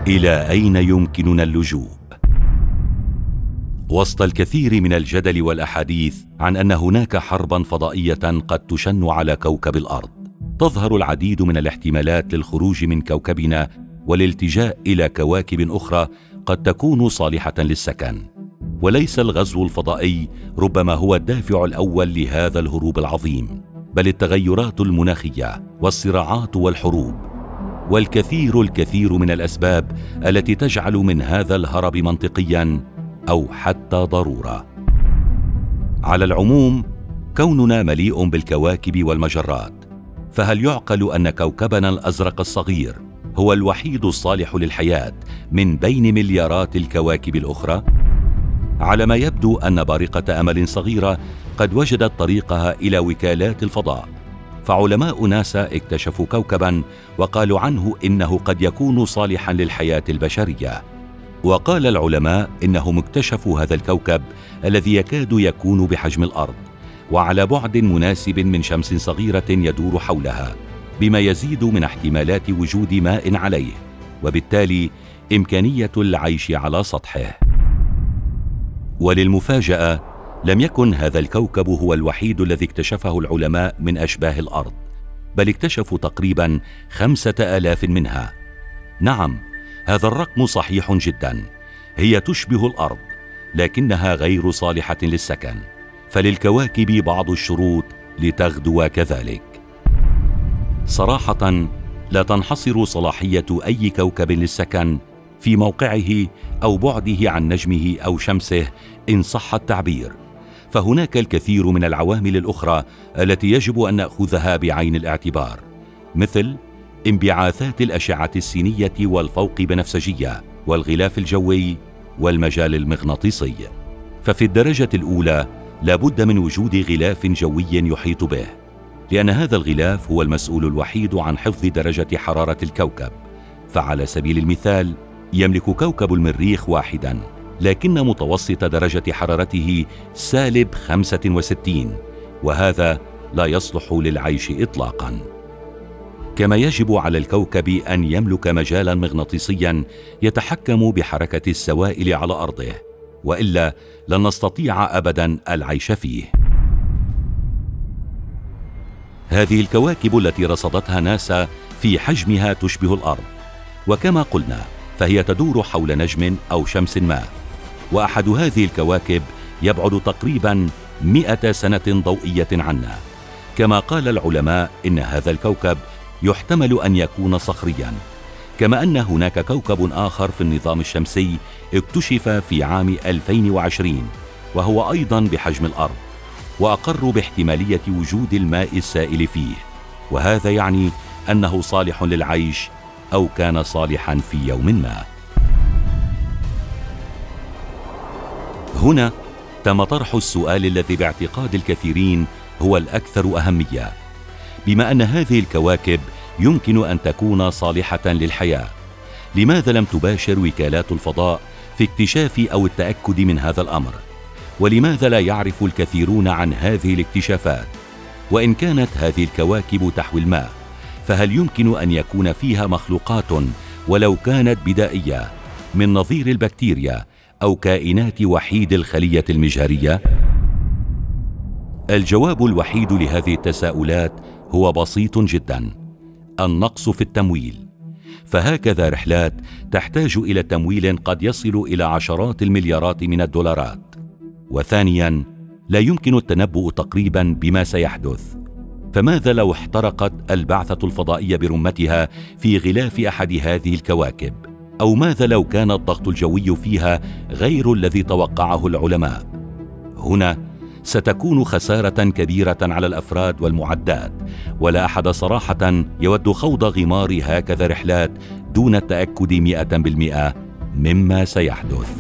إلى أين يمكننا اللجوء؟ وسط الكثير من الجدل والأحاديث عن أن هناك حرباً فضائية قد تشن على كوكب الأرض، تظهر العديد من الاحتمالات للخروج من كوكبنا والالتجاء إلى كواكب أخرى قد تكون صالحة للسكن. وليس الغزو الفضائي ربما هو الدافع الأول لهذا الهروب العظيم، بل التغيرات المناخية والصراعات والحروب، والكثير من الأسباب التي تجعل من هذا الهرب منطقياً أو حتى ضرورة. على العموم، كوننا مليء بالكواكب والمجرات، فهل يعقل أن كوكبنا الأزرق الصغير هو الوحيد الصالح للحياة من بين مليارات الكواكب الأخرى؟ على ما يبدو أن بارقة أمل صغيرة قد وجدت طريقها إلى وكالات الفضاء، فعلماء ناسا اكتشفوا كوكباً وقالوا عنه إنه قد يكون صالحاً للحياة البشرية. وقال العلماء إنهم اكتشفوا هذا الكوكب الذي يكاد يكون بحجم الأرض وعلى بعد مناسب من شمس صغيرة يدور حولها، بما يزيد من احتمالات وجود ماء عليه، وبالتالي إمكانية العيش على سطحه. وللمفاجأة، لم يكن هذا الكوكب هو الوحيد الذي اكتشفه العلماء من أشباه الأرض، بل اكتشفوا تقريباً 5000 منها. نعم، هذا الرقم صحيح جداً، هي تشبه الأرض لكنها غير صالحة للسكن، فللكواكب بعض الشروط لتغدو كذلك. صراحة، لا تنحصر صلاحية أي كوكب للسكن في موقعه أو بعده عن نجمه أو شمسه إن صح التعبير، فهناك الكثير من العوامل الأخرى التي يجب أن نأخذها بعين الاعتبار، مثل انبعاثات الأشعة السينية والفوق بنفسجية والغلاف الجوي والمجال المغناطيسي. ففي الدرجة الأولى لا بد من وجود غلاف جوي يحيط به، لأن هذا الغلاف هو المسؤول الوحيد عن حفظ درجة حرارة الكوكب. فعلى سبيل المثال، يملك كوكب المريخ واحداً، لكن متوسط درجة حرارته -65، وهذا لا يصلح للعيش إطلاقاً. كما يجب على الكوكب أن يملك مجالاً مغناطيسياً يتحكم بحركة السوائل على أرضه، وإلا لن نستطيع أبداً العيش فيه. هذه الكواكب التي رصدتها ناسا في حجمها تشبه الأرض، وكما قلنا فهي تدور حول نجم أو شمس ما، وأحد هذه الكواكب يبعد تقريباً 100 سنة ضوئية عنا. كما قال العلماء إن هذا الكوكب يحتمل أن يكون صخرياً، كما أن هناك كوكب آخر في النظام الشمسي اكتشف في عام 2020 وهو أيضاً بحجم الأرض، وأقروا باحتمالية وجود الماء السائل فيه، وهذا يعني أنه صالح للعيش أو كان صالحاً في يوم ما. هنا تم طرح السؤال الذي باعتقاد الكثيرين هو الأكثر أهمية: بما أن هذه الكواكب يمكن أن تكون صالحة للحياة، لماذا لم تباشر وكالات الفضاء في اكتشاف أو التأكد من هذا الأمر؟ ولماذا لا يعرف الكثيرون عن هذه الاكتشافات؟ وإن كانت هذه الكواكب تحوي الماء، فهل يمكن أن يكون فيها مخلوقات ولو كانت بدائية من نظير البكتيريا أو كائنات وحيد الخلية المجهرية؟ الجواب الوحيد لهذه التساؤلات هو بسيط جدا: النقص في التمويل. فهكذا رحلات تحتاج إلى تمويل قد يصل إلى عشرات المليارات من الدولارات. وثانيا، لا يمكن التنبؤ تقريبا بما سيحدث. فماذا لو احترقت البعثة الفضائية برمتها في غلاف أحد هذه الكواكب؟ أو ماذا لو كان الضغط الجوي فيها غير الذي توقعه العلماء؟ هنا ستكون خسارة كبيرة على الأفراد والمعدات، ولا أحد صراحة يود خوض غمار هكذا رحلات دون التأكد 100% مما سيحدث.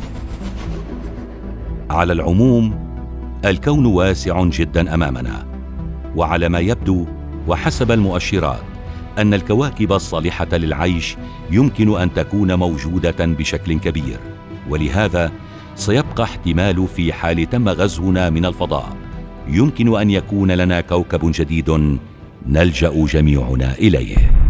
على العموم، الكون واسع جدا أمامنا، وعلى ما يبدو وحسب المؤشرات أن الكواكب الصالحة للعيش يمكن أن تكون موجودة بشكل كبير، ولهذا سيبقى احتمال في حال تم غزونا من الفضاء يمكن أن يكون لنا كوكب جديد نلجأ جميعنا إليه.